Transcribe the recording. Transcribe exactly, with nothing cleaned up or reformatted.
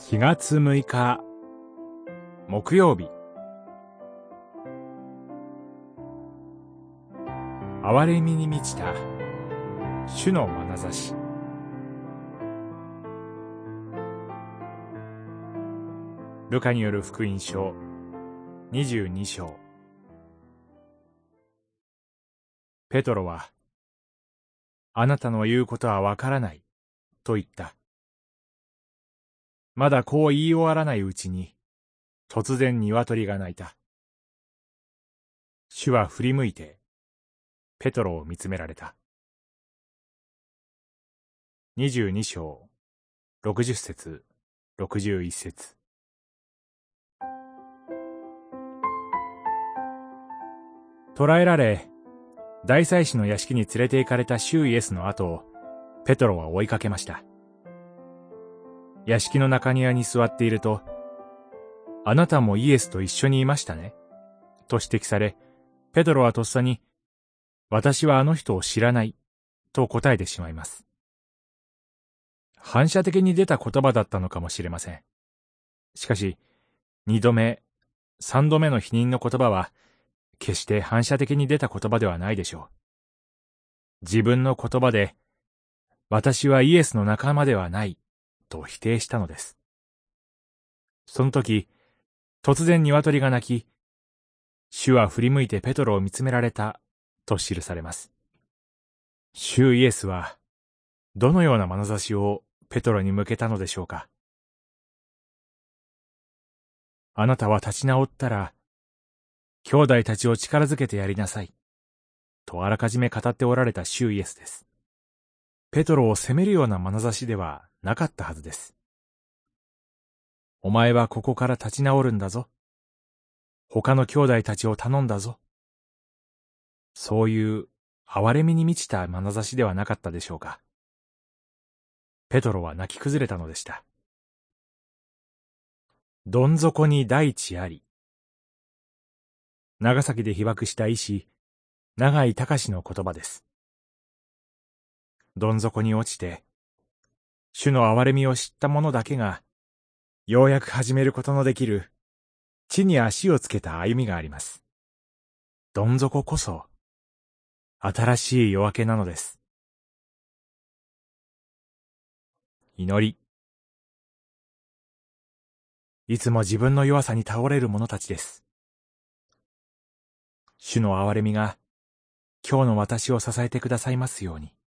しがつむいか木曜日。憐れみに満ちた主の眼差し。ルカによる福音書にじゅうにしょう。ペトロは、あなたの言うことはわからない、と言った。まだこう言い終わらないうちに、突然鶏が鳴いた。主は振り向いて、ペトロを見つめられた。にじゅうにしょう、ろくじゅっせつ、ろくじゅういっせつ。捕らえられ、大祭司の屋敷に連れて行かれた主イエスの後を、ペトロは追いかけました。屋敷の中庭に座っていると、あなたもイエスと一緒にいましたね、と指摘され、ペトロはとっさに、私はあの人を知らない、と答えてしまいます。反射的に出た言葉だったのかもしれません。しかし、二度目、三度目の否認の言葉は、決して反射的に出た言葉ではないでしょう。自分の言葉で、私はイエスの仲間ではない、と否定したのです。その時、突然鶏が鳴き、主は振り向いてペトロを見つめられた、と記されます。主イエスは、どのような眼差しをペトロに向けたのでしょうか。あなたは立ち直ったら、兄弟たちを力づけてやりなさい、とあらかじめ語っておられた主イエスです。ペトロを責めるような眼差しではなかったはずです。お前はここから立ち直るんだぞ。他の兄弟たちを頼んだぞ。そういう憐れみに満ちた眼差しではなかったでしょうか。ペトロは泣き崩れたのでした。どん底に大地あり。長崎で被爆した医師、永井隆の言葉です。どん底に落ちて、主の憐れみを知った者だけが、ようやく始めることのできる、地に足をつけた歩みがあります。どん底こそ、新しい夜明けなのです。祈り。いつも自分の弱さに倒れる者たちです。主の憐れみが、今日の私を支えてくださいますように。